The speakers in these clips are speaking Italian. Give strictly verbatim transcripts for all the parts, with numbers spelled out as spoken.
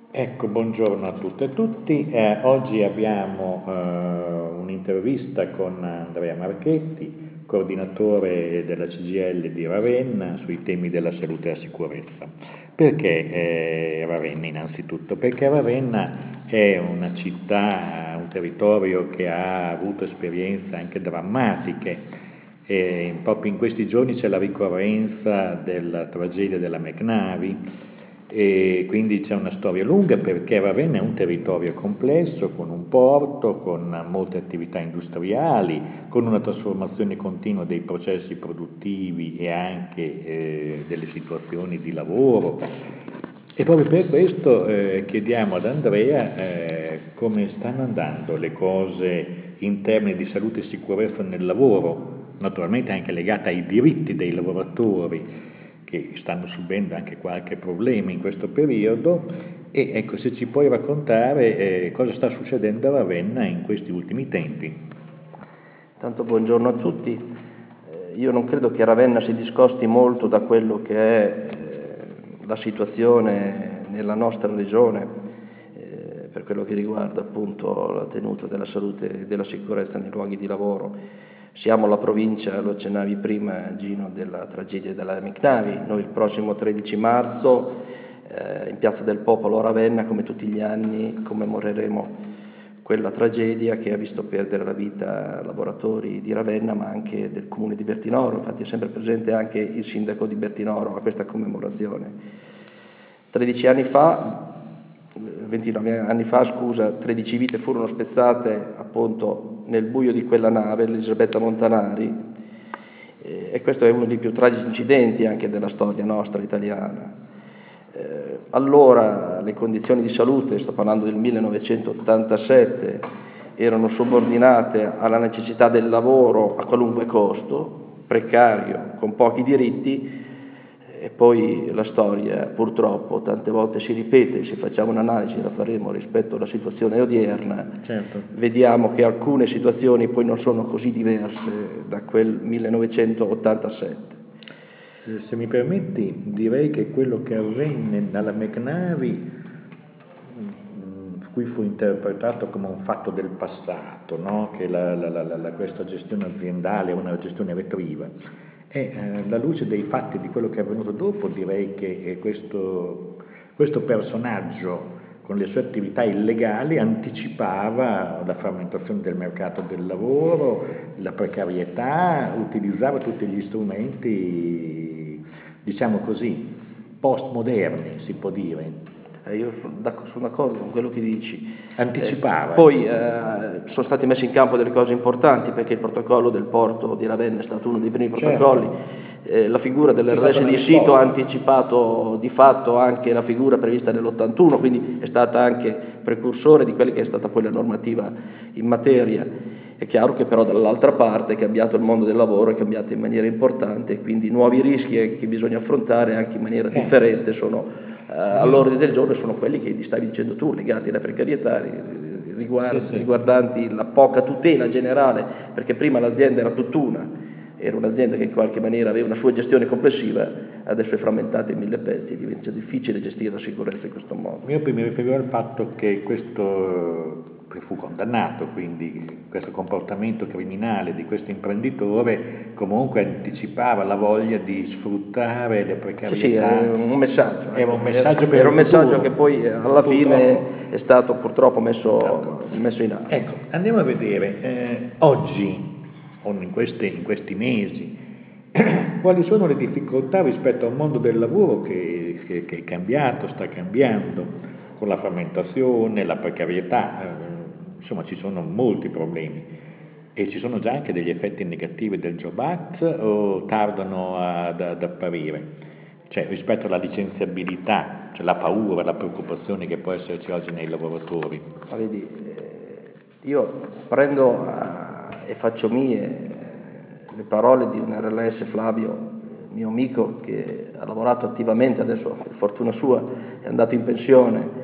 Ecco, buongiorno a tutte e tutti. Eh, oggi abbiamo eh, un'intervista con Andrea Marchetti, coordinatore della C G I L di Ravenna, sui temi della salute e la sicurezza. Perché eh, Ravenna innanzitutto? Perché Ravenna è una città, un territorio che ha avuto esperienze anche drammatiche. E proprio in questi giorni c'è la ricorrenza della tragedia della McNavi, e quindi c'è una storia lunga perché Ravenna è un territorio complesso, con un porto, con molte attività industriali, con una trasformazione continua dei processi produttivi e anche eh, delle situazioni di lavoro. E proprio per questo eh, chiediamo ad Andrea eh, come stanno andando le cose in termini di salute e sicurezza nel lavoro, naturalmente anche legata ai diritti dei lavoratori che stanno subendo anche qualche problema in questo periodo, e ecco, se ci puoi raccontare eh, cosa sta succedendo a Ravenna in questi ultimi tempi. Tanto buongiorno a tutti. Eh, io non credo che Ravenna si discosti molto da quello che è eh, la situazione nella nostra regione eh, per quello che riguarda appunto la tenuta della salute e della sicurezza nei luoghi di lavoro. Siamo la provincia, lo accennavi prima Gino, della tragedia della McNavi. Noi il prossimo tredici marzo eh, in Piazza del Popolo a Ravenna, come tutti gli anni, commemoreremo quella tragedia che ha visto perdere la vita lavoratori di Ravenna ma anche del comune di Bertinoro. Infatti è sempre presente anche il sindaco di Bertinoro a questa commemorazione. tredici anni fa, ventinove anni fa, scusa, tredici vite furono spezzate appunto nel buio di quella nave, l'Elisabetta Montanari, e questo è uno dei più tragici incidenti anche della storia nostra italiana. Eh, allora le condizioni di salute, sto parlando del millenovecentottantasette, erano subordinate alla necessità del lavoro a qualunque costo, precario, con pochi diritti, e poi la storia purtroppo tante volte si ripete. Se facciamo un'analisi, la faremo rispetto alla situazione odierna, Certo. vediamo che alcune situazioni poi non sono così diverse da quel millenovecentottantasette. Se mi permetti, direi che quello che avvenne dalla McNavi, cui fu interpretato come un fatto del passato, no? Che la, la, la, la, questa gestione aziendale è una gestione retriva, e eh, alla luce dei fatti di quello che è avvenuto dopo, direi che questo, questo personaggio con le sue attività illegali anticipava la frammentazione del mercato del lavoro, la precarietà, utilizzava tutti gli strumenti, diciamo così, postmoderni, si può dire. Eh, io sono d'accordo con quello che dici. Anticipava. Eh, poi eh, sono state messe in campo delle cose importanti, perché il protocollo del porto di Ravenna è stato uno dei primi protocolli. Certo. Eh, la figura dell'R L S di sito ha anticipato di fatto anche la figura prevista nell'ottantuno, quindi è stata anche precursore di quella che è stata poi la normativa in materia. È chiaro che però dall'altra parte è cambiato il mondo del lavoro, è cambiato in maniera importante, e quindi nuovi rischi che bisogna affrontare anche in maniera differente sono eh, all'ordine del giorno, e sono quelli che stavi dicendo tu, legati alla precarietà, riguard- Sì, sì. riguardanti la poca tutela generale, perché prima l'azienda era tutt'una, era un'azienda che in qualche maniera aveva una sua gestione complessiva, adesso è frammentata in mille pezzi, diventa difficile gestire la sicurezza in questo modo. Io poi mi riferivo al fatto che questo fu condannato, quindi questo comportamento criminale di questo imprenditore comunque anticipava la voglia di sfruttare le precarietà. Sì, sì, è un messaggio. Era un messaggio per era il un messaggio futuro. che poi alla Purtroppo. fine è stato purtroppo messo, Ecco. messo in atto. Ecco, andiamo a vedere eh, oggi, o in, queste, in questi mesi, quali sono le difficoltà rispetto a un mondo del lavoro che, che, che è cambiato, sta cambiando, con la frammentazione, la precarietà, eh, insomma ci sono molti problemi. E ci sono già anche degli effetti negativi del Job Act o tardano ad, ad apparire? Cioè rispetto alla licenziabilità, cioè la paura, la preoccupazione che può esserci oggi nei lavoratori. Ma vedi, eh, io prendo a, e faccio mie eh, le parole di un R L S, Flavio, mio amico, che ha lavorato attivamente, adesso per fortuna sua è andato in pensione,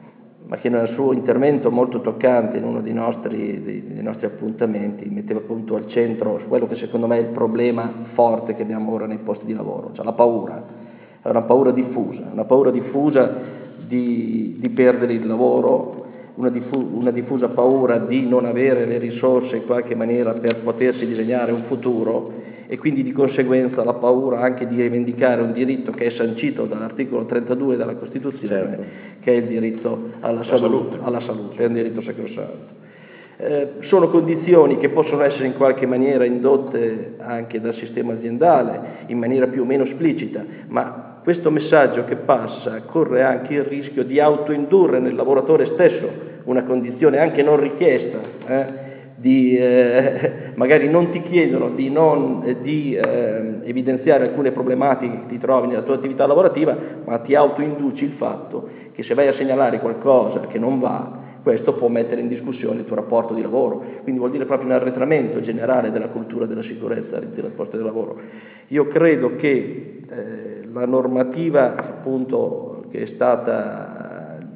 ma che nel suo intervento molto toccante in uno dei nostri, dei, dei nostri appuntamenti metteva appunto al centro quello che secondo me è il problema forte che abbiamo ora nei posti di lavoro, cioè la paura. È una paura diffusa, una paura diffusa di, di perdere il lavoro, una, diffu- una diffusa paura di non avere le risorse in qualche maniera per potersi disegnare un futuro, e quindi di conseguenza la paura anche di rivendicare un diritto che è sancito dall'articolo trentadue della Costituzione, certo, che è il diritto alla salute, salute. alla salute, è un diritto sacrosanto. Eh, sono condizioni che possono essere in qualche maniera indotte anche dal sistema aziendale in maniera più o meno esplicita, ma questo messaggio che passa corre anche il rischio di autoindurre nel lavoratore stesso una condizione anche non richiesta, eh, di, eh, magari non ti chiedono di, non, eh, di eh, evidenziare alcune problematiche che ti trovi nella tua attività lavorativa, ma ti autoinduci il fatto che se vai a segnalare qualcosa che non va, questo può mettere in discussione il tuo rapporto di lavoro. Quindi vuol dire proprio un arretramento generale della cultura della sicurezza all'interno del posto di lavoro. Io credo che eh, la normativa appunto che è stata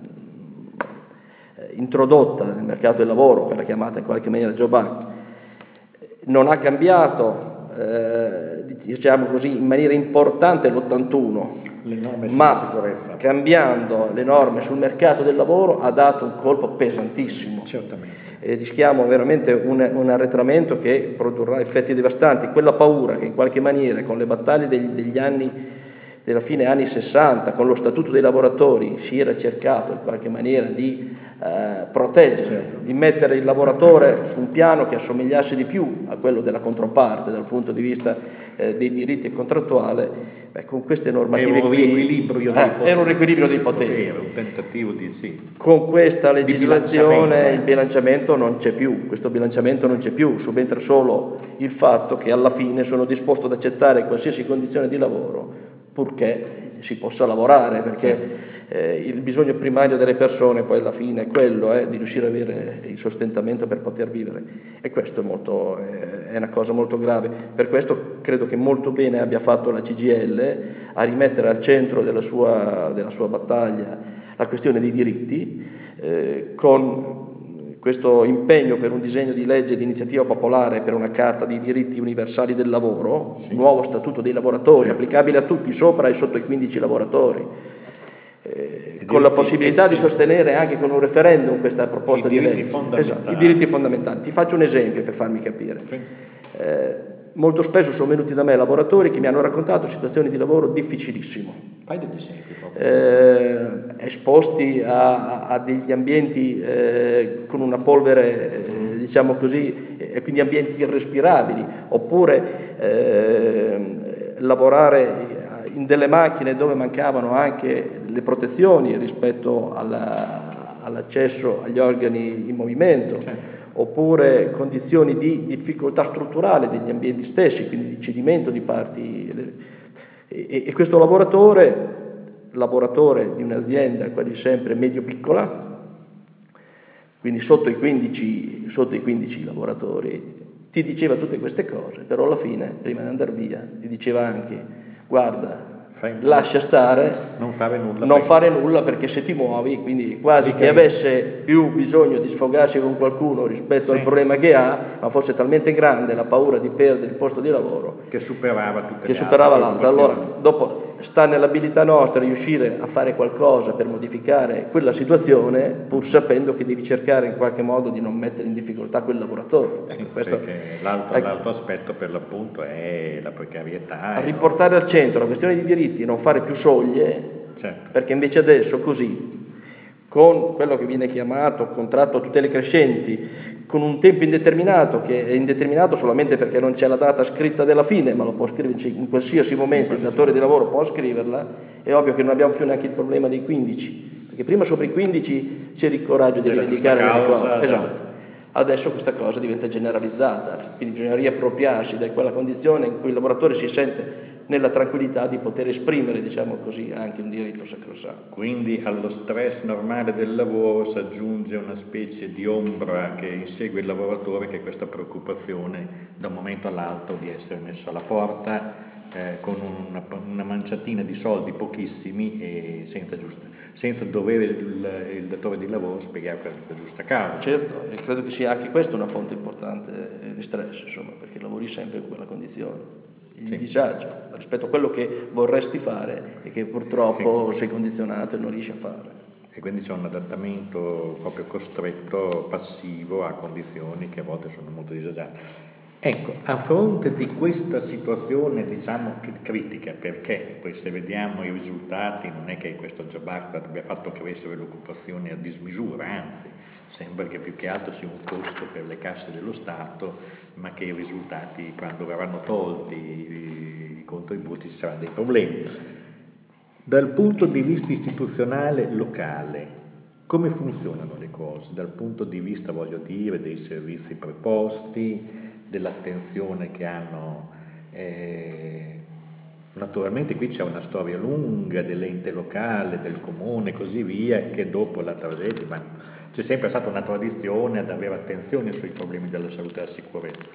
introdotta nel mercato del lavoro, quella chiamata in qualche maniera Job Act, non ha cambiato, eh, diciamo così, in maniera importante l'ottantuno, le norme ma sicurezza. Cambiando le norme sul mercato del lavoro ha dato un colpo pesantissimo. Certamente. E rischiamo veramente un, un arretramento che produrrà effetti devastanti. Quella paura che in qualche maniera con le battaglie degli, degli anni della fine anni sessanta, con lo Statuto dei lavoratori, si era cercato in qualche maniera di eh, proteggere, certo, di mettere il lavoratore su un piano che assomigliasse di più a quello della controparte dal punto di vista eh, dei diritti contrattuali. Beh, con queste normative era un riequilibrio qui, dei poteri, eh, era un riequilibrio dei poteri. Era un tentativo di sì. Con questa legislazione bilanciamento, eh. il bilanciamento non c'è più, questo bilanciamento non c'è più, subentra solo il fatto che alla fine sono disposto ad accettare qualsiasi condizione di lavoro purché si possa lavorare, perché eh, il bisogno primario delle persone poi alla fine è quello, eh, di riuscire ad avere il sostentamento per poter vivere, e questo è, molto, eh, è una cosa molto grave. Per questo credo che molto bene abbia fatto la C G I L a rimettere al centro della sua, della sua battaglia la questione dei diritti, eh, con questo impegno per un disegno di legge di iniziativa popolare per una carta dei diritti universali del lavoro, sì, un nuovo statuto dei lavoratori, sì, applicabile a tutti, sopra e sotto i quindici lavoratori, eh, con la possibilità di sostenere anche con un referendum questa proposta di legge. Esatto, i diritti fondamentali. Ti faccio un esempio per farmi capire. Sì. Eh, molto spesso sono venuti da me lavoratori che mi hanno raccontato situazioni di lavoro difficilissime. Fai degli esempi proprio. Eh, esposti a, a degli ambienti eh, con una polvere, eh, diciamo così, e eh, quindi ambienti irrespirabili, oppure eh, lavorare in delle macchine dove mancavano anche le protezioni rispetto alla, all'accesso agli organi in movimento. Certo. Oppure condizioni di difficoltà strutturale degli ambienti stessi, quindi di cedimento di parti. E, e questo lavoratore, lavoratore di un'azienda quasi sempre medio-piccola, quindi sotto i quindici, sotto i quindici lavoratori, ti diceva tutte queste cose, però alla fine, prima di andare via, ti diceva anche: guarda, lascia stare, non fare nulla, non fare nulla perché se ti muovi, quindi quasi che avesse più bisogno di sfogarsi con qualcuno rispetto, sì, al problema che ha, ma fosse talmente grande la paura di perdere il posto di lavoro che superava tutte che le superava altre l'altro. Allora, dopo sta nell'abilità nostra riuscire a fare qualcosa per modificare quella situazione, pur sapendo che devi cercare in qualche modo di non mettere in difficoltà quel lavoratore. Sì, ecco, questo, perché l'altro, ecco, l'altro aspetto per l'appunto è la precarietà. A riportare al centro la questione dei diritti, non fare più soglie, certo, perché invece adesso così, con quello che viene chiamato contratto a tutele crescenti, con un tempo indeterminato, che è indeterminato solamente perché non c'è la data scritta della fine, ma lo può scriverci in qualsiasi momento, il datore di lavoro può scriverla, è ovvio che non abbiamo più neanche il problema dei quindici, perché prima sopra i quindici c'era il coraggio di rivendicare delle cose. Esatto. Adesso questa cosa diventa generalizzata, quindi bisogna riappropriarsi di quella condizione in cui il lavoratore si sente nella tranquillità di poter esprimere, diciamo così, anche un diritto sacrosanto. Quindi allo stress normale del lavoro si aggiunge una specie di ombra che insegue il lavoratore, che è questa preoccupazione da un momento all'altro di essere messo alla porta eh, con una, una manciatina di soldi pochissimi e senza, giusta, senza dovere il, il datore di lavoro spiegare la giusta causa. Certo, e credo che sia anche questa una fonte importante di stress, insomma, perché lavori sempre in quella condizione. il sì. disagio rispetto a quello che vorresti fare e che purtroppo sei condizionato e non riesci a fare. E quindi c'è un adattamento proprio costretto, passivo, a condizioni che a volte sono molto disagiate. Ecco, a fronte di questa situazione, diciamo, critica, perché poi se vediamo i risultati non è che questo Job Act abbia fatto crescere l'occupazione a dismisura, anzi, sembra che più che altro sia un costo per le casse dello Stato, ma che i risultati, quando verranno tolti i contributi, ci saranno dei problemi. Dal punto di vista istituzionale locale, come funzionano le cose? Dal punto di vista, voglio dire, dei servizi preposti, dell'attenzione che hanno, eh, naturalmente qui c'è una storia lunga dell'ente locale, del comune e così via, che dopo la tragedia, ma c'è sempre stata una tradizione ad avere attenzione sui problemi della salute e della sicurezza.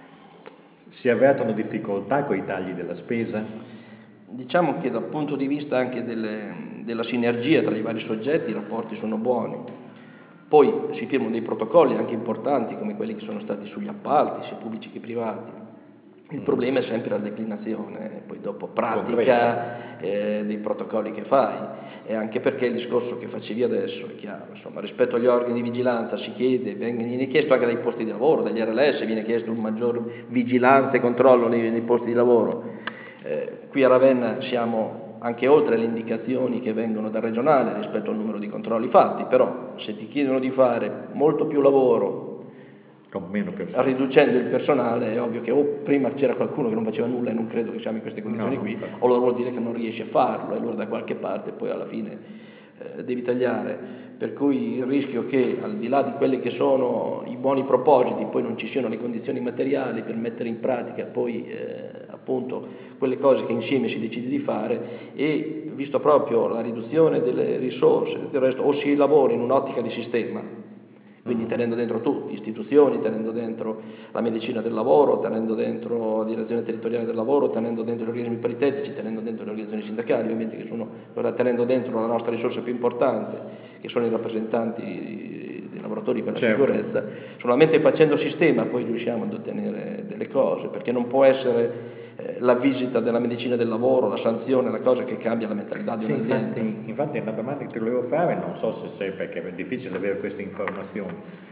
Si avvertono difficoltà con i tagli della spesa? Diciamo che dal punto di vista anche delle, della sinergia tra i vari soggetti i rapporti sono buoni. Poi si firmano dei protocolli anche importanti come quelli che sono stati sugli appalti, sia pubblici che privati. Il problema è sempre la declinazione, poi dopo pratica eh, dei protocolli che fai, e anche perché il discorso che facevi adesso è chiaro, insomma, rispetto agli organi di vigilanza si chiede, viene chiesto anche dai posti di lavoro, dagli R L S viene chiesto un maggior vigilanza e controllo nei, nei posti di lavoro. Eh, qui a Ravenna siamo anche oltre le indicazioni che vengono dal regionale rispetto al numero di controlli fatti, però se ti chiedono di fare molto più lavoro con meno personale, riducendo il personale, è ovvio che o prima c'era qualcuno che non faceva nulla e non credo che siamo in queste condizioni no, qui, no. O allora vuol dire che non riesci a farlo e allora da qualche parte poi alla fine eh, devi tagliare. Per cui il rischio che al di là di quelli che sono i buoni propositi poi non ci siano le condizioni materiali per mettere in pratica poi eh, appunto quelle cose che insieme si decide di fare, e visto proprio la riduzione delle risorse del resto, o si lavora in un'ottica di sistema, quindi tenendo dentro tutti, istituzioni, tenendo dentro la medicina del lavoro, tenendo dentro la direzione territoriale del lavoro, tenendo dentro gli organismi paritetici, tenendo dentro le organizzazioni sindacali, ovviamente che sono, tenendo dentro la nostra risorsa più importante, che sono i rappresentanti dei lavoratori per la certo. sicurezza. Solamente facendo sistema poi riusciamo ad ottenere delle cose, perché non può essere eh, la visita della medicina del lavoro, la sanzione, la cosa che cambia la mentalità di sì, un'azienda. Infatti, infatti è una domanda che ti volevo fare, non so se sei, perché è difficile avere queste informazioni,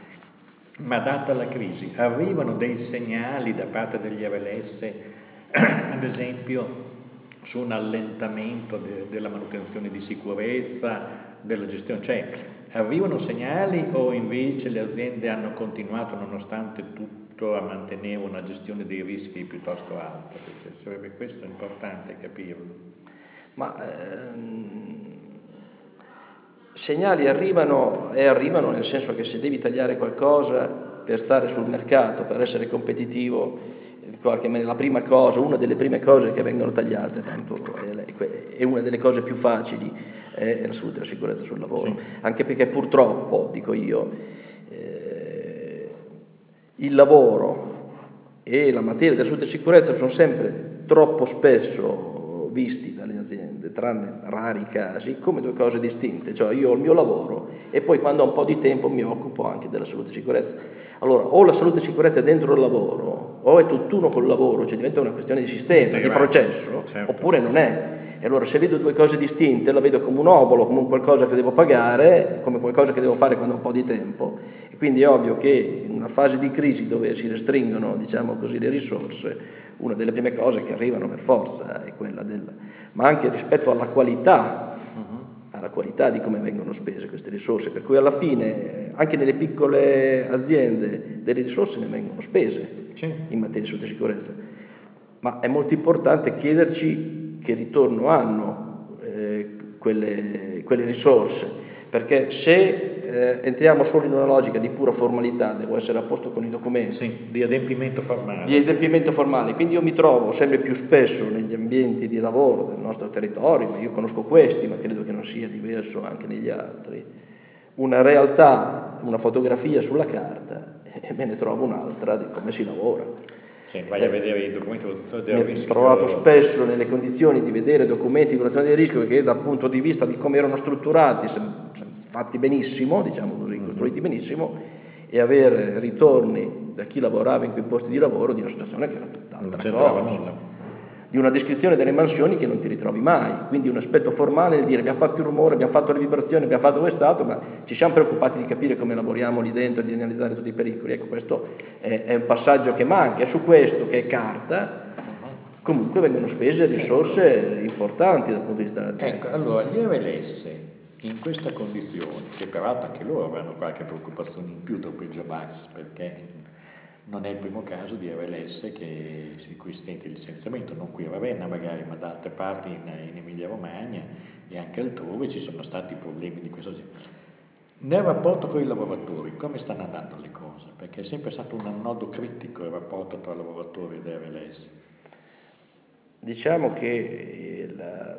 ma data la crisi, arrivano dei segnali da parte degli R L S, ad esempio, su un allentamento de, della manutenzione di sicurezza, della gestione, cioè arrivano segnali o invece le aziende hanno continuato nonostante tutto a mantenere una gestione dei rischi piuttosto alta? Perché sarebbe questo importante capirlo. Ma ehm, segnali arrivano e arrivano nel senso che se devi tagliare qualcosa per stare sul mercato, per essere competitivo, in qualche maniera la prima cosa, una delle prime cose che vengono tagliate, tanto è una delle cose più facili, è la salute e la sicurezza sul lavoro, sì. Anche perché purtroppo, dico io, eh, il lavoro e la materia della salute e sicurezza sono sempre troppo spesso visti dalle aziende, tranne rari casi, come due cose distinte, cioè io ho il mio lavoro e poi quando ho un po' di tempo mi occupo anche della salute e sicurezza. Allora, o la salute e sicurezza è dentro il lavoro, o è tutt'uno col lavoro, cioè diventa una questione di sistema, di processo, certo. Oppure non è. E allora se vedo due cose distinte, la vedo come un obolo, come un qualcosa che devo pagare, come qualcosa che devo fare quando ho un po' di tempo. E quindi è ovvio che in una fase di crisi dove si restringono, diciamo così, le risorse, una delle prime cose che arrivano per forza è quella del... ma anche rispetto alla qualità, uh-huh. alla qualità di come vengono spese queste risorse, per cui alla fine anche nelle piccole aziende delle risorse ne vengono spese sì. in materia di salute e sicurezza, ma è molto importante chiederci che ritorno hanno eh, quelle, quelle risorse, perché se eh, entriamo solo in una logica di pura formalità, devo essere a posto con i documenti, sì, di adempimento formale, di adempimento formale, quindi io mi trovo sempre più spesso negli ambienti di lavoro del nostro territorio, ma io conosco questi, ma credo che non sia diverso anche negli altri, una realtà, una fotografia sulla carta e me ne trovo un'altra di come si lavora. Sì, vai a vedere i documenti del mi rischio. Mi ho trovato spesso nelle condizioni di vedere documenti di valutazione del rischio che dal punto di vista di come erano strutturati, fatti benissimo, diciamo così, costruiti benissimo, e avere ritorni da chi lavorava in quei posti di lavoro di una situazione che era tutt'altra non c'entrava cosa. nulla. di una descrizione delle mansioni che non ti ritrovi mai, quindi un aspetto formale nel dire abbiamo fatto più rumore, abbiamo fatto le vibrazioni, abbiamo fatto quest'altro, ma ci siamo preoccupati di capire come lavoriamo lì dentro, di analizzare tutti i pericoli. Ecco, questo è, è un passaggio che manca, e su questo, che è carta, comunque vengono spese risorse importanti dal punto di vista dell'azienda. Ecco, allora gli R L S in questa condizione, che peraltro anche loro avranno qualche preoccupazione in più dopo il Jobax, perché non è il primo caso di R L S che si cui si tenta il licenziamento, non qui a Ravenna magari, ma da altre parti in, in Emilia Romagna e anche altrove ci sono stati problemi di questo genere. Nel rapporto con i lavoratori, come stanno andando le cose? Perché è sempre stato un nodo critico il rapporto tra lavoratori ed R L S. Diciamo che il,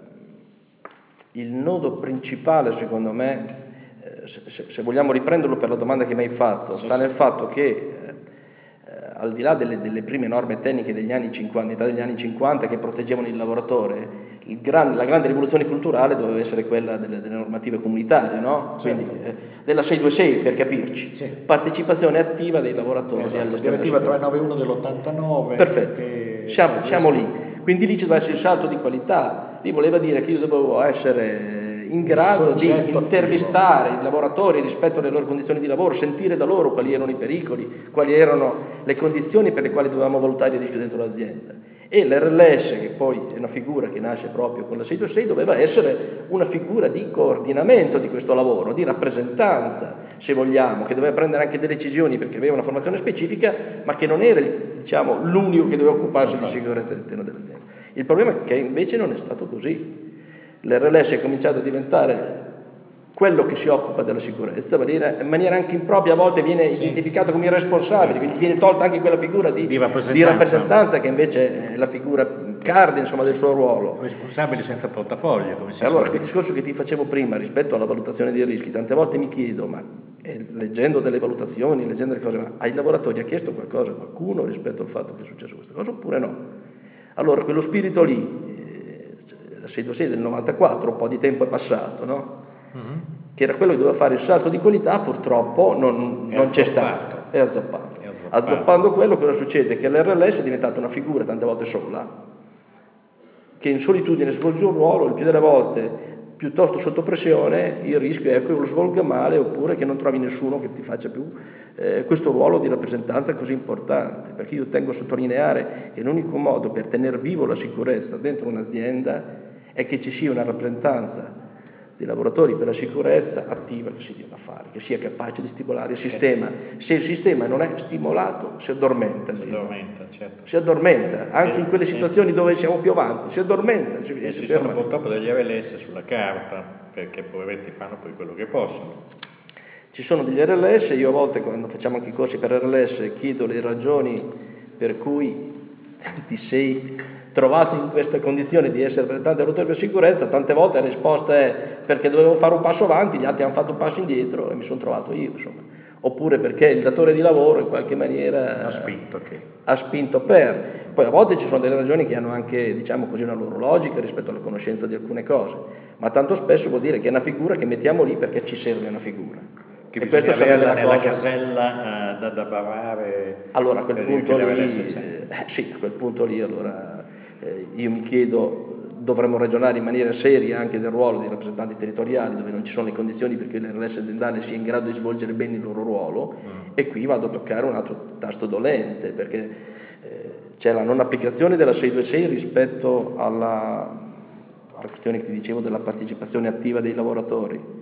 il nodo principale, secondo me, eh, se, se vogliamo riprenderlo per la domanda che mi hai fatto, sì, sta sì. nel fatto che eh, al di là delle, delle prime norme tecniche degli anni cinquanta, metà degli anni cinquanta, che proteggevano il lavoratore, il gran, la grande rivoluzione culturale doveva essere quella delle, delle normative comunitarie, no? Certo. Quindi eh, della seicentoventisei, per capirci, Sì. Partecipazione attiva dei lavoratori. Esatto, direttiva trecentonovantuno dell'ottantanove. Perfetto, Che, siamo, che siamo lì. Quindi lì ci deve essere il salto di qualità, lì voleva dire che io dovevo essere in grado di intervistare attivo. i lavoratori rispetto alle loro condizioni di lavoro, sentire da loro quali erano i pericoli, quali erano le condizioni per le quali dovevamo valutare il rischio dentro l'azienda. E l'R L S, che poi è una figura che nasce proprio con la seicentoventisei, doveva essere una figura di coordinamento di questo lavoro, di rappresentanza, se vogliamo, che doveva prendere anche delle decisioni perché aveva una formazione specifica, ma che non era, diciamo, l'unico che doveva occuparsi di sicurezza all'interno dell'azienda. Il problema è che invece non è stato così. L'R L S è cominciato a diventare quello che si occupa della sicurezza, in maniera anche impropria a volte viene sì. identificato come irresponsabile, quindi viene tolta anche quella figura di, di, rappresentanza. di rappresentanza che invece è la figura cardine, insomma, del suo ruolo. Responsabile senza portafoglio, come si allora, quel discorso che ti facevo prima rispetto alla valutazione dei rischi, tante volte mi chiedo, ma eh, leggendo delle valutazioni, leggendo delle cose, ma ai lavoratori ha chiesto qualcosa qualcuno rispetto al fatto che è successo questa cosa oppure no? Allora, quello spirito lì, eh, la seicentoventisei del novantaquattro, un po' di tempo è passato, no? Mm-hmm. Che era quello che doveva fare il salto di qualità, purtroppo non, non c'è stato, è azzoppato. È azzoppato. Azzoppando quello, cosa succede? Che l'R L S è diventata una figura tante volte sola, che in solitudine svolge un ruolo, il più delle volte piuttosto sotto pressione, il rischio è che lo svolga male oppure che non trovi nessuno che ti faccia più eh, questo ruolo di rappresentanza così importante, perché io tengo a sottolineare che l'unico modo per tenere vivo la sicurezza dentro un'azienda è che ci sia una rappresentanza dei lavoratori per la sicurezza attiva che si dia da fare, che sia capace di stimolare il sistema. Se il sistema non è stimolato, si addormenta. Si addormenta, certo. Si addormenta, anche in quelle situazioni dove siamo più avanti, si addormenta. Si, e si ci sono purtroppo degli R L S sulla carta, perché poveretti fanno poi quello che possono. Ci sono degli R L S, io a volte quando facciamo anche i corsi per R L S chiedo le ragioni per cui ti sei trovato in questa condizione di essere rappresentante dell'autore per sicurezza. Tante volte la risposta è perché dovevo fare un passo avanti, gli altri hanno fatto un passo indietro e mi sono trovato io, insomma. Oppure perché il datore di lavoro in qualche maniera ha spinto, okay. ha spinto per. Poi a volte ci sono delle ragioni che hanno anche, diciamo così, una loro logica rispetto alla conoscenza di alcune cose, ma tanto spesso vuol dire che è una figura che mettiamo lì perché ci serve una figura. Che e questo sarebbe la nella cosa... casella uh, da, da bavare. Allora a quel punto lì, eh, sì, a quel punto lì allora eh, io mi chiedo, dovremmo ragionare in maniera seria anche del ruolo dei rappresentanti territoriali, dove non ci sono le condizioni perché l'R L S aziendale sia in grado di svolgere bene il loro ruolo, mm. e qui vado a toccare un altro tasto dolente, perché eh, c'è la non applicazione della seicentoventisei rispetto alla, alla questione che ti dicevo della partecipazione attiva dei lavoratori.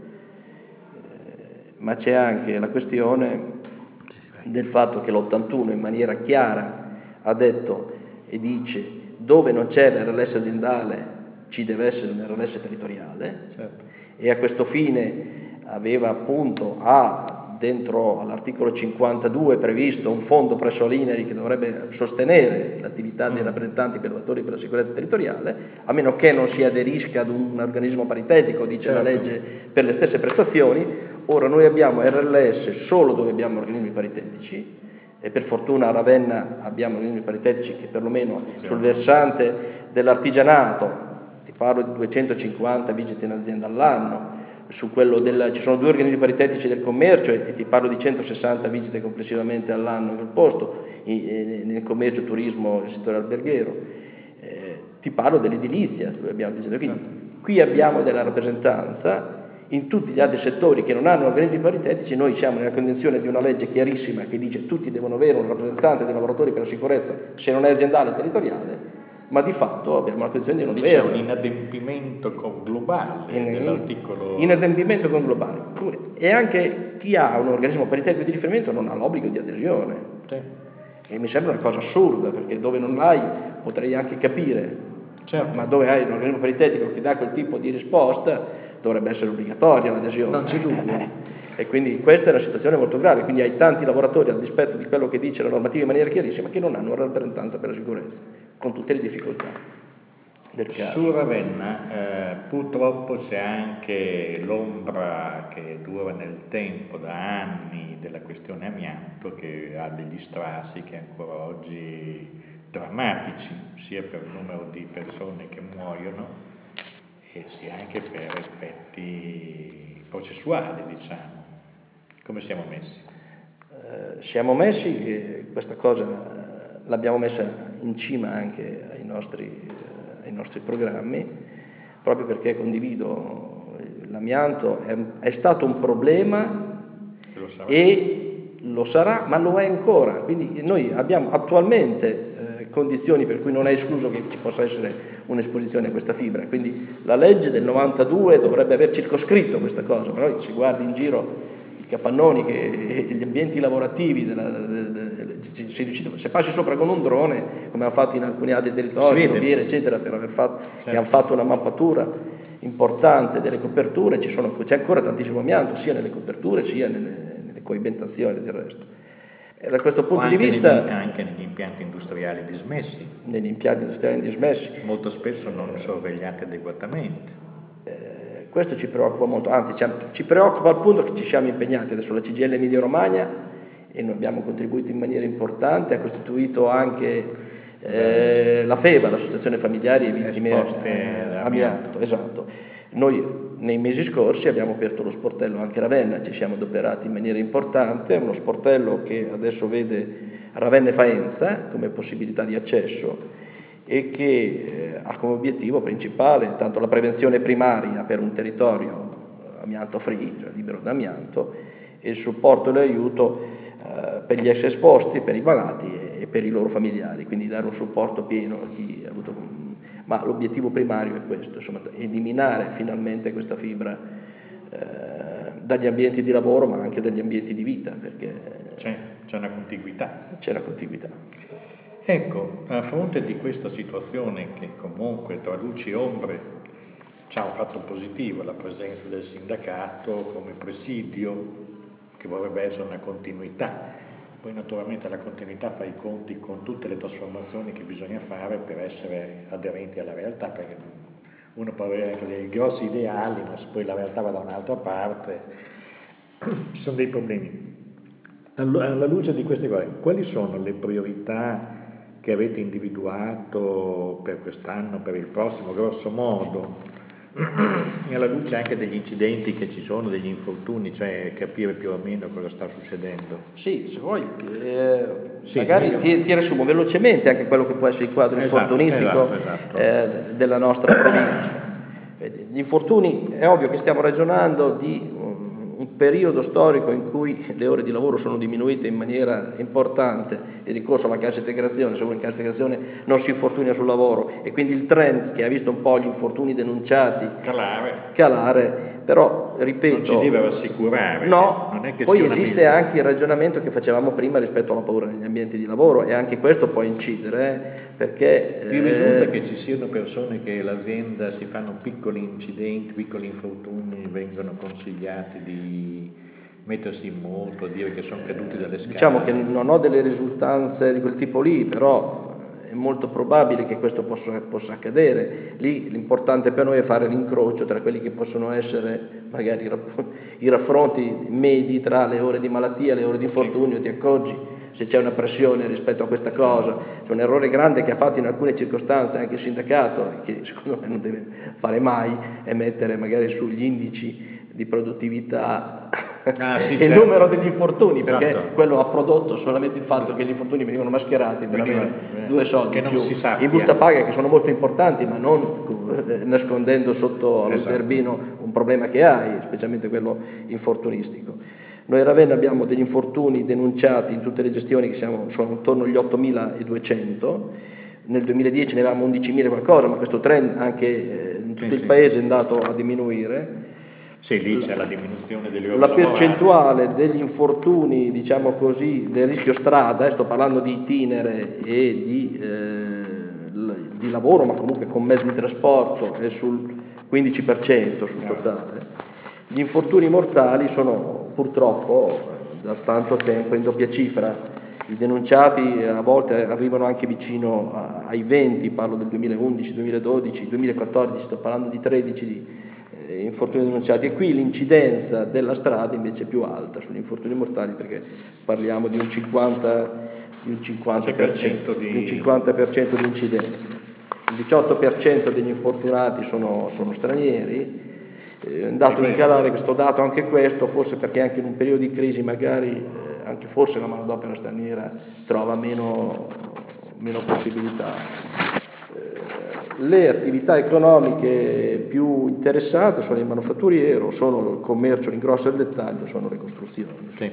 Ma c'è anche la questione del fatto che l'ottantuno in maniera chiara ha detto e dice dove non c'è l'R L S aziendale ci deve essere un R L S territoriale, certo. E a questo fine aveva appunto ha dentro all'articolo cinquantadue previsto un fondo presso l'INAIL che dovrebbe sostenere l'attività dei rappresentanti per lavoratori per la sicurezza territoriale, a meno che non si aderisca ad un organismo paritetico, dice certo. La legge, per le stesse prestazioni. Ora noi abbiamo R L S solo dove abbiamo organismi paritetici, e per fortuna a Ravenna abbiamo organismi paritetici che perlomeno sul versante dell'artigianato, ti parlo di duecentocinquanta visite in azienda all'anno, su quello del, ci sono due organismi paritetici del commercio e, e ti parlo di centosessanta visite complessivamente all'anno nel posto, in, in, nel commercio, turismo e settore alberghiero. Eh, ti parlo dell'edilizia, dove abbiamo deciso. Quindi qui abbiamo della rappresentanza. In tutti gli altri settori che non hanno organismi paritetici noi siamo nella condizione di una legge chiarissima che dice che tutti devono avere un rappresentante dei lavoratori per la sicurezza, se non è aziendale o territoriale, ma di fatto abbiamo la condizione di non C'è avere. un inadempimento globale in, dell'articolo... Inadempimento con globale. E anche chi ha un organismo paritetico di riferimento non ha l'obbligo di adesione. Sì. E mi sembra una cosa assurda, perché dove non l'hai potrei anche capire, certo. Ma dove hai un organismo paritetico che dà quel tipo di risposta dovrebbe essere obbligatoria l'adesione. Non c'è dubbio. E quindi questa è una situazione molto grave, quindi hai tanti lavoratori, al dispetto di quello che dice la normativa in maniera chiarissima, che non hanno una rappresentanza per la sicurezza, con tutte le difficoltà del caso. Su Ravenna eh, purtroppo c'è anche l'ombra che dura nel tempo da anni della questione amianto, che ha degli strassi che ancora oggi drammatici, sia per il numero di persone che muoiono e sia anche per effetti processuali, diciamo. Come siamo messi? Eh, siamo messi, eh, questa cosa eh, l'abbiamo messa in cima anche ai nostri, eh, ai nostri programmi, proprio perché condivido l'amianto, è, è stato un problema Lo sarà. e lo sarà, ma lo è ancora. Quindi noi abbiamo attualmente eh, condizioni per cui non è escluso che ci possa essere un'esposizione a questa fibra. Quindi la legge del novantadue dovrebbe aver circoscritto questa cosa, ma noi si guardi in giro i capannoni, che, gli ambienti lavorativi, della, de, de, de, si, si, se passi sopra con un drone, come hanno fatto in alcuni altri territori, Roviere, eccetera, per aver fatto, certo. che hanno fatto una mappatura importante delle coperture, ci sono, c'è ancora tantissimo amianto, sia nelle coperture sia nelle, nelle coibentazioni e del resto. E da questo punto di vista negli, anche negli impianti industriali dismessi. Negli impianti industriali dismessi. Molto spesso non sorvegliati adeguatamente. Eh, questo ci preoccupa molto, anzi ci, ci preoccupa al punto che ci siamo impegnati. Adesso la C G I L Emilia Romagna, e noi abbiamo contribuito in maniera importante, ha costituito anche eh, la FEVA, l'Associazione Familiari e Vittime eh, Amianto. Esatto. Noi nei mesi scorsi abbiamo aperto lo sportello anche a Ravenna, ci siamo adoperati in maniera importante, uno sportello che adesso vede Ravenna e Faenza come possibilità di accesso e che eh, ha come obiettivo principale tanto la prevenzione primaria per un territorio amianto free, cioè libero da amianto, e il supporto e l'aiuto eh, per gli ex esposti, per i malati e, e per i loro familiari, quindi dare un supporto pieno a chi ha avuto. Ma l'obiettivo primario è questo, insomma, eliminare finalmente questa fibra eh, dagli ambienti di lavoro, ma anche dagli ambienti di vita, perché c'è, c'è una contiguità. C'è una contiguità. Ecco, a fronte di questa situazione che comunque tra luci e ombre ci ha un fatto positivo, la presenza del sindacato come presidio, che vorrebbe essere una continuità. Poi naturalmente la continuità fa i conti con tutte le trasformazioni che bisogna fare per essere aderenti alla realtà, perché uno può avere anche dei grossi ideali, ma se poi la realtà va da un'altra parte, ci sono dei problemi. Alla luce di queste cose, quali sono le priorità che avete individuato per quest'anno, per il prossimo, grosso modo? E alla luce anche degli incidenti che ci sono, degli infortuni, cioè capire più o meno cosa sta succedendo. Sì, se vuoi, eh, sì, magari io... ti, ti riassumo velocemente anche quello che può essere il quadro esatto, infortunistico esatto, esatto. Eh, della nostra provincia. Gli infortuni, è ovvio che stiamo ragionando di un periodo storico in cui le ore di lavoro sono diminuite in maniera importante, il ricorso alla cassa integrazione, se vuoi in cassa integrazione non si infortuna sul lavoro, e quindi il trend che ha visto un po' gli infortuni denunciati calare, calare però ripeto non ci deve rassicurare, no, non è che poi sia esiste una... anche il ragionamento che facevamo prima rispetto alla paura negli ambienti di lavoro, e anche questo può incidere, eh, perché vi risulta eh, che ci siano persone che l'azienda si fanno piccoli incidenti, piccoli infortuni, vengono consigliati di mettersi in moto, dire che sono caduti dalle scale? Diciamo che non ho delle risultanze di quel tipo lì, però è molto probabile che questo possa, possa accadere. Lì l'importante per noi è fare l'incrocio tra quelli che possono essere magari i raffronti medi tra le ore di malattia e le ore di infortunio, ti accorgi se c'è una pressione rispetto a questa cosa. C'è un errore grande che ha fatto in alcune circostanze anche il sindacato, che secondo me non deve fare mai, è mettere magari sugli indici di produttività ah, sì, il certo. numero degli infortuni, perché esatto. quello ha prodotto solamente il fatto che gli infortuni venivano mascherati per Veniva, avere eh, due soldi che non più si sappia. in busta paga, che sono molto importanti, ma non eh, nascondendo sotto allo Esatto. zerbino un problema che hai, specialmente quello infortunistico. Noi a Ravenna abbiamo degli infortuni denunciati in tutte le gestioni che siamo, sono intorno agli ottomiladuecento. Nel duemiladieci ne avevamo undicimila qualcosa, ma questo trend anche eh, in tutto Sì, il sì. paese è andato a diminuire. Sì, lì c'è la diminuzione degli La rovini percentuale degli infortuni, diciamo così, del rischio strada, eh, sto parlando di itinere e di, eh, l- di lavoro, ma comunque con mezzi di trasporto, è sul quindici per cento sul totale. Gli infortuni mortali sono purtroppo eh, da tanto tempo in doppia cifra. I denunciati a volte arrivano anche vicino a- ai venti, parlo del duemilaundici, duemiladodici, duemilaquattordici, sto parlando di tredici eh, infortuni denunciati, e qui l'incidenza della strada invece è più alta sugli infortuni mortali, perché parliamo di un cinquanta, di un cinquanta per cento, di... di un cinquanta per cento di incidenza. Il diciotto per cento degli infortunati sono, sono stranieri. È andato in calare questo dato, anche questo, forse perché anche in un periodo di crisi magari eh, anche forse la manodopera straniera trova meno, meno possibilità. Eh, le attività economiche più interessate sono il manufatturiero, sono il commercio in grosso e il dettaglio, sono le costruzioni. Sì.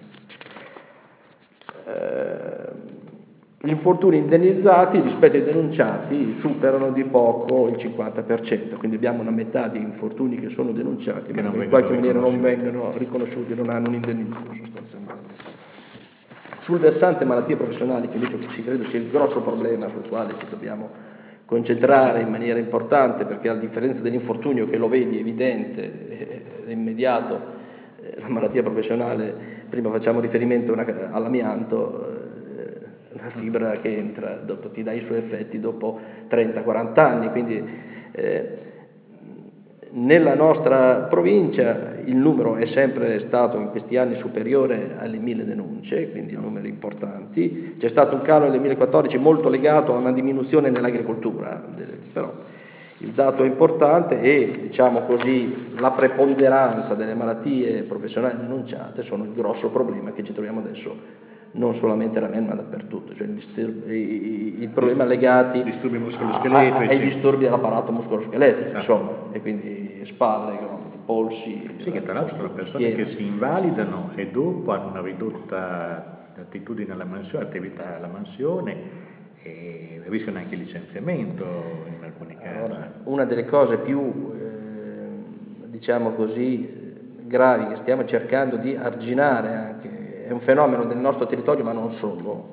Eh, Gli infortuni indennizzati rispetto ai denunciati superano di poco il cinquanta per cento, quindi abbiamo una metà di infortuni che sono denunciati, che ma in qualche maniera non vengono riconosciuti, non hanno un indennizzo sostanzialmente. Sul versante malattie professionali, che invece ci credo sia il grosso problema sul quale ci dobbiamo concentrare in maniera importante, perché a differenza dell'infortunio che lo vedi evidente, è immediato, la malattia professionale, prima facciamo riferimento all'amianto, la fibra che entra, dopo ti dà i suoi effetti dopo trenta quaranta anni, quindi eh, nella nostra provincia il numero è sempre stato in questi anni superiore alle mille denunce, quindi numeri importanti. C'è stato un calo nel duemilaquattordici molto legato a una diminuzione nell'agricoltura, però il dato è importante e, diciamo così, la preponderanza delle malattie professionali denunciate sono il grosso problema che ci troviamo adesso, non solamente a Ravenna ma dappertutto, cioè i, i, i problemi legati disturbi muscoloscheletrici, ai disturbi dell'apparato muscoloscheletrico, insomma, e quindi spalle, gomiti, polsi. Sì, che tra l'altro sono persone schiena. Che si invalidano e dopo hanno una ridotta attitudine alla mansione, attività alla mansione, e rischiano anche il licenziamento in alcuni casi. Allora, una delle cose più, eh, diciamo così, gravi che stiamo cercando di arginare anche, è un fenomeno del nostro territorio, ma non solo,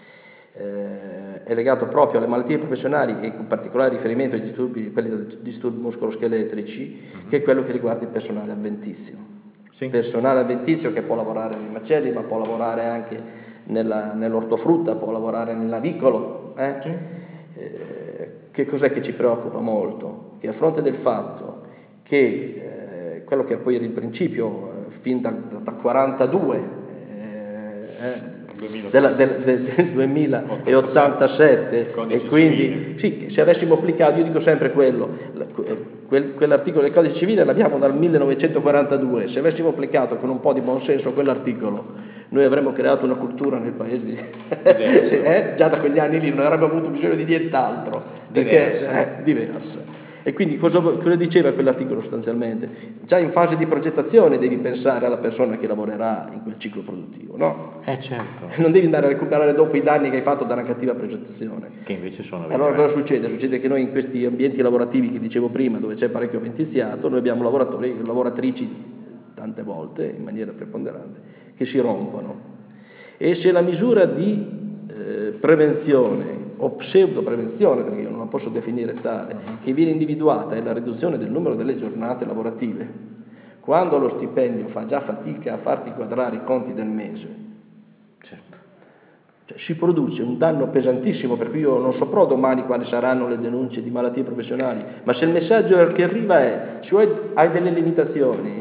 eh, è legato proprio alle malattie professionali e con particolare riferimento ai disturbi, quelli disturbi muscoloscheletrici, uh-huh. che è quello che riguarda il personale avventizio. Sì. Personale avventizio che può lavorare nei macelli, ma può lavorare anche nella, nell'ortofrutta, può lavorare nell'avicolo. Eh? Sì. Eh, che cos'è che ci preoccupa molto? Che a fronte del fatto che eh, quello che poi era il principio eh, fin dal, dal quarantadue eh, eh, Della, del, del, del duemilaottantasette, e quindi sì, se avessimo applicato, io dico sempre quello, quel, quell'articolo del codice civile l'abbiamo dal millenovecentoquarantadue, se avessimo applicato con un po' di buonsenso quell'articolo noi avremmo creato una cultura nel paese eh, già da quegli anni lì non avremmo avuto bisogno di nient'altro, perché è eh, diversa. E quindi cosa, cosa diceva quell'articolo sostanzialmente? Già in fase di progettazione devi pensare alla persona che lavorerà in quel ciclo produttivo, no? Eh certo. Non devi andare a recuperare dopo i danni che hai fatto da una cattiva progettazione. Che invece sono veri. Allora cosa succede? Succede che noi in questi ambienti lavorativi che dicevo prima, dove c'è parecchio avventiziato, noi abbiamo lavoratori, lavoratrici tante volte, in maniera preponderante, che si rompono. E se la misura di eh, prevenzione o pseudo-prevenzione, perché io non la posso definire tale, che viene individuata è la riduzione del numero delle giornate lavorative, quando lo stipendio fa già fatica a farti quadrare i conti del mese, certo. Cioè, si produce un danno pesantissimo, per cui io non saprò domani quali saranno le denunce di malattie professionali, ma se il messaggio che arriva è se hai delle limitazioni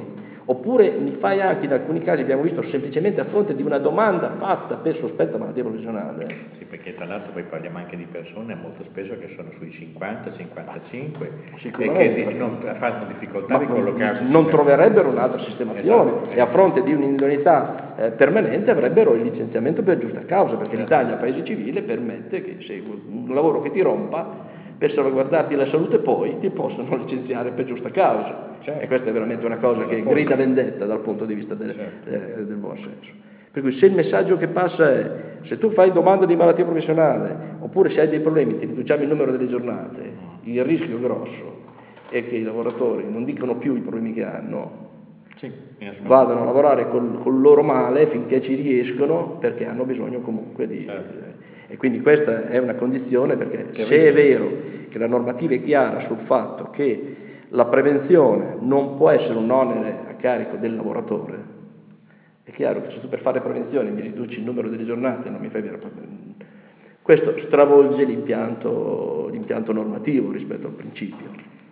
Oppure mi fai anche, in alcuni casi abbiamo visto, semplicemente a fronte di una domanda fatta per sospetta malattia professionale. Sì, perché tra l'altro poi parliamo anche di persone molto spesso che sono sui cinquanta cinquantacinque e che non fanno difficoltà a ricollocarsi. Non troverebbero un'altra sistemazione, esatto, e a fronte di un'indoneità eh, permanente avrebbero il licenziamento per giusta causa, perché certo. L'Italia, paese civile, permette che se un lavoro che ti rompa, per salvaguardarti la salute poi ti possono licenziare per giusta causa. Certo. E questa è veramente una cosa che grida vendetta dal punto di vista del, certo. eh, del buon senso. Per cui se il messaggio che passa è: se tu fai domanda di malattia professionale oppure se hai dei problemi ti riduciamo il numero delle giornate, il rischio grosso è che i lavoratori non dicano più i problemi che hanno, sì, vadano a lavorare col, col loro male finché ci riescono, perché hanno bisogno comunque di... Certo. E quindi questa è una condizione, perché che se è vero che la normativa è chiara sul fatto che la prevenzione non può essere un onere a carico del lavoratore, è chiaro che se tu per fare prevenzione mi riduci il numero delle giornate non mi fai vedere, questo stravolge l'impianto, l'impianto normativo rispetto al principio.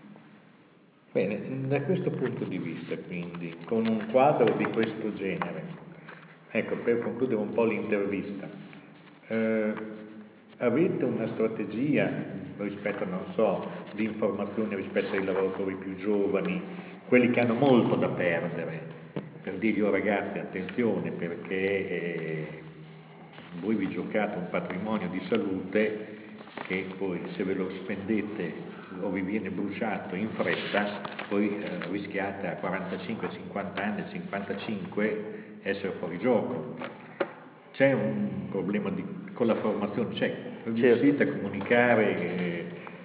Bene, da questo punto di vista quindi, con un quadro di questo genere, ecco, per concludere un po' l'intervista, eh, avete una strategia rispetto, non so, di informazione rispetto ai lavoratori più giovani, quelli che hanno molto da perdere, per dirgli: oh ragazzi, attenzione, perché eh, voi vi giocate un patrimonio di salute che poi se ve lo spendete o vi viene bruciato in fretta, poi eh, rischiate a quarantacinque cinquanta anni, cinquantacinque, essere fuori gioco. C'è un problema di, con la formazione, cioè riuscite certo. a comunicare eh,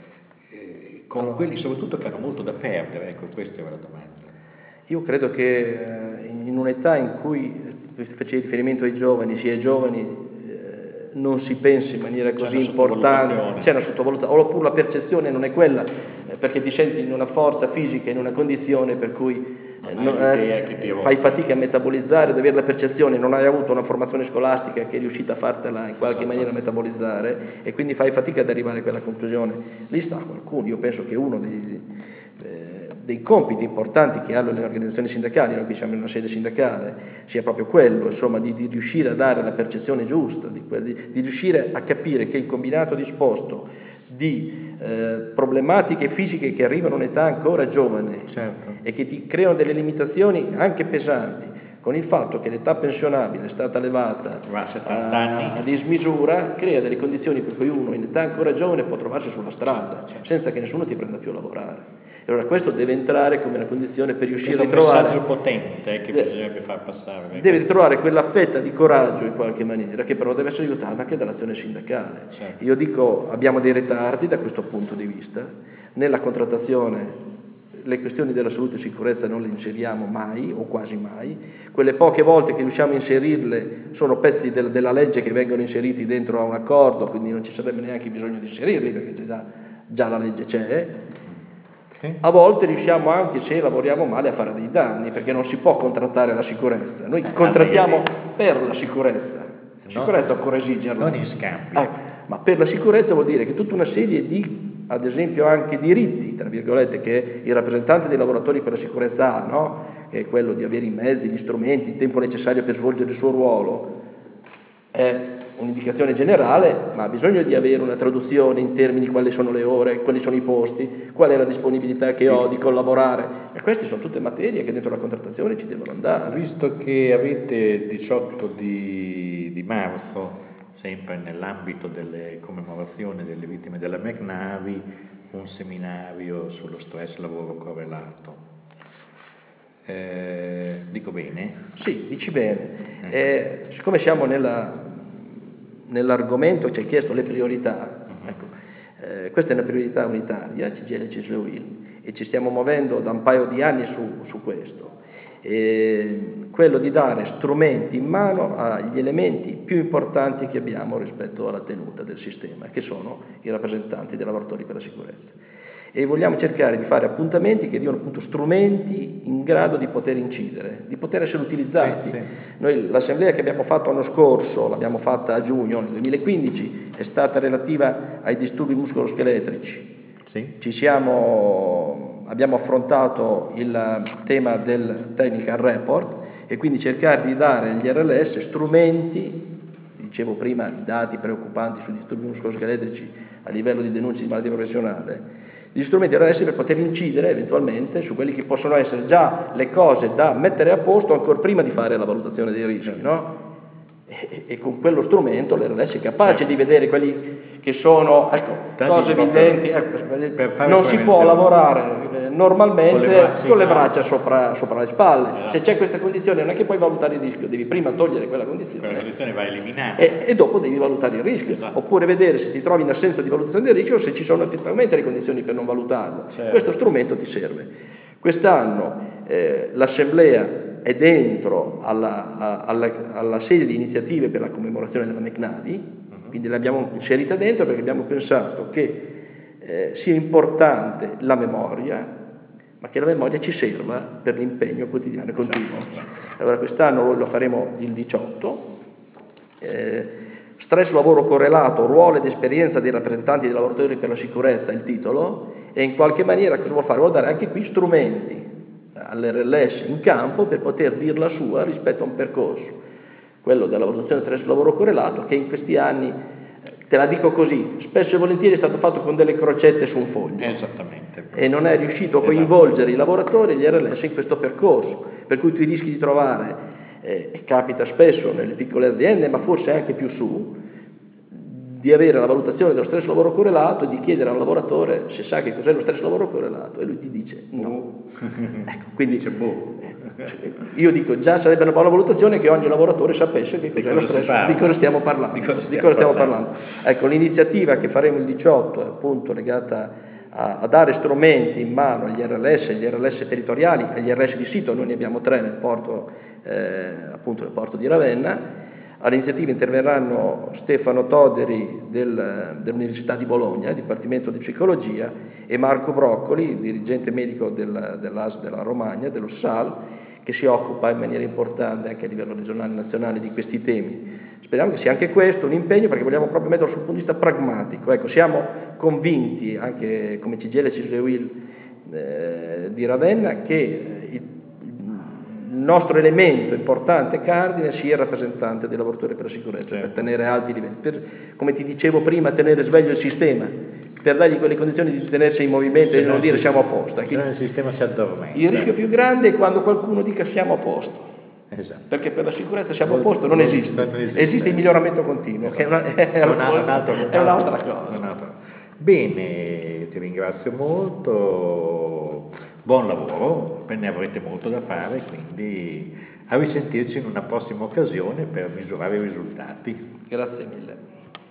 eh, con allora, quelli soprattutto che hanno molto da perdere? Ecco, questa è la domanda. Io credo che eh, in un'età in cui facevi riferimento ai giovani, sia ai giovani non si pensa in maniera così c'è importante, c'è una sottovalutazione, oppure la percezione non è quella, eh, perché ti senti in una forza fisica, in una condizione per cui eh, non, eh, fai fatica a metabolizzare, ad avere la percezione, non hai avuto una formazione scolastica che è riuscita a fartela in qualche maniera metabolizzare, e quindi fai fatica ad arrivare a quella conclusione. Lì sta qualcuno, io penso che uno dei, eh, dei compiti importanti che hanno le organizzazioni sindacali, noi qui siamo in una sede sindacale, sia proprio quello, insomma, di, di riuscire a dare la percezione giusta, di, di, di riuscire a capire che il combinato disposto di eh, problematiche fisiche che arrivano a un'età ancora giovane, certo. e che ti creano delle limitazioni anche pesanti, con il fatto che l'età pensionabile è stata elevata a, a dismisura, crea delle condizioni per cui uno in età ancora giovane può trovarsi sulla strada, certo. senza che nessuno ti prenda più a lavorare. E allora questo deve entrare come una condizione per riuscire a trovare... È un messaggio potente che deve, bisognerebbe far passare. Deve ritrovare quella fetta di coraggio in qualche maniera, che però deve essere aiutata anche dall'azione sindacale. Certo. Io dico, abbiamo dei ritardi da questo punto di vista. Nella contrattazione le questioni della salute e sicurezza non le inseriamo mai o quasi mai. Quelle poche volte che riusciamo a inserirle sono pezzi del, della legge che vengono inseriti dentro a un accordo, quindi non ci sarebbe neanche bisogno di inserirli perché già, già la legge c'è. A volte riusciamo anche, se lavoriamo male, a fare dei danni, perché non si può contrattare la sicurezza. Noi contrattiamo per la sicurezza. La sicurezza occorre esigerla. Non in scambio. Ecco, ma per la sicurezza vuol dire che tutta una serie di, ad esempio, anche diritti, tra virgolette, che il rappresentante dei lavoratori per la sicurezza ha, no? Che è quello di avere i mezzi, gli strumenti, il tempo necessario per svolgere il suo ruolo, è un'indicazione generale, ma ha bisogno di avere una traduzione in termini quali sono le ore, quali sono i posti, qual è la disponibilità che ho di collaborare, e queste sono tutte materie che dentro la contrattazione ci devono andare. Visto che avete diciotto di, di marzo, sempre nell'ambito delle commemorazioni delle vittime della McNavy, un seminario sullo stress lavoro correlato. Eh, dico bene? Sì, dici bene. Eh, siccome siamo nella... nell'argomento ci hai chiesto le priorità, ecco, eh, questa è una priorità unitaria, C G I L e C I S L e U I L, e ci stiamo muovendo da un paio di anni su, su questo, e quello di dare strumenti in mano agli elementi più importanti che abbiamo rispetto alla tenuta del sistema, che sono i rappresentanti dei lavoratori per la sicurezza. E vogliamo cercare di fare appuntamenti che diano appunto strumenti in grado di poter incidere, di poter essere utilizzati. Sì, sì. Noi l'assemblea che abbiamo fatto l'anno scorso, l'abbiamo fatta a giugno nel duemilaquindici, è stata relativa ai disturbi muscoloscheletrici. Sì. Ci siamo abbiamo affrontato il tema del technical report e quindi cercare di dare agli R L S strumenti, dicevo prima, i dati preoccupanti sui disturbi muscoloscheletrici a livello di denunce di malattia professionale, gli strumenti R L S per poter incidere eventualmente su quelli che possono essere già le cose da mettere a posto ancora prima di fare la valutazione dei rischi, no? E, e con quello strumento l'R L S è capace di vedere quelli che sono, ecco, cose evidenti, ecco, non si può lavorare eh, normalmente con le braccia, con le braccia sopra, sopra le spalle. Esatto. Se c'è questa condizione non è che puoi valutare il rischio, devi prima togliere quella condizione, quella condizione va eliminata e, e dopo devi valutare il rischio. Esatto. Oppure vedere se ti trovi in assenza di valutazione del rischio o se ci sono effettivamente le condizioni per non valutarlo. Certo. Questo strumento ti serve. Quest'anno eh, l'assemblea è dentro alla, alla, alla serie di iniziative per la commemorazione della McNally, uh-huh. Quindi l'abbiamo inserita dentro perché abbiamo pensato che eh, sia importante la memoria, ma che la memoria ci serva per l'impegno quotidiano e continuo. Allora quest'anno lo faremo il diciotto, eh, stress lavoro correlato, ruolo ed esperienza dei rappresentanti dei lavoratori per la sicurezza, il titolo, e in qualche maniera cosa vuol fare? Vuol dare anche qui strumenti all'R L S in campo per poter dir la sua rispetto a un percorso, quello della valutazione stress lavoro correlato, che in questi anni, te la dico così, spesso e volentieri è stato fatto con delle crocette su un foglio. Esattamente. E non è riuscito a coinvolgere esatto. i lavoratori e gli R L S in questo percorso, per cui tu rischi di trovare, eh, e capita spesso nelle piccole aziende, ma forse anche più su, di avere la valutazione dello stress lavoro correlato e di chiedere al lavoratore se sa che cos'è lo stress lavoro correlato e lui ti dice no. Ecco, quindi dice boh. Io dico già sarebbe una buona valutazione che ogni lavoratore sapesse che cos'è lo stress, di cosa stiamo parlando. Di cosa stiamo, di cosa stiamo parlando. parlando. Ecco, l'iniziativa che faremo il diciotto è appunto legata a, a dare strumenti in mano agli R L S, agli R L S territoriali, agli R L S di sito, noi ne abbiamo tre nel porto, eh, appunto nel porto di Ravenna. All'iniziativa interverranno Stefano Toderi del, dell'Università di Bologna, Dipartimento di Psicologia, e Marco Broccoli, dirigente medico del, dell'A S della Romagna, dello S A L, che si occupa in maniera importante anche a livello regionale e nazionale di questi temi. Speriamo che sia anche questo un impegno, perché vogliamo proprio metterlo sul punto di vista pragmatico. Ecco, siamo convinti, anche come C G I L e C I S L E U I L eh, di Ravenna, che il il nostro elemento importante cardine sia il rappresentante dei lavoratori per la sicurezza, certo. Per tenere alti i livelli, per, come ti dicevo prima, tenere sveglio il sistema, per dargli quelle condizioni di tenersi in movimento e non dire siamo a posto. Se no il sistema si addormenta. Il rischio più grande è quando qualcuno dica siamo a posto. Esatto. Perché per la sicurezza siamo a posto non esiste. Non esiste. Esiste il miglioramento continuo, esatto. Che è, una, è, è, una, un altro, è un'altra cosa. Un'altra. Bene, ti ringrazio molto, buon lavoro, ne avrete molto da fare, quindi a risentirci in una prossima occasione per misurare i risultati. Grazie mille.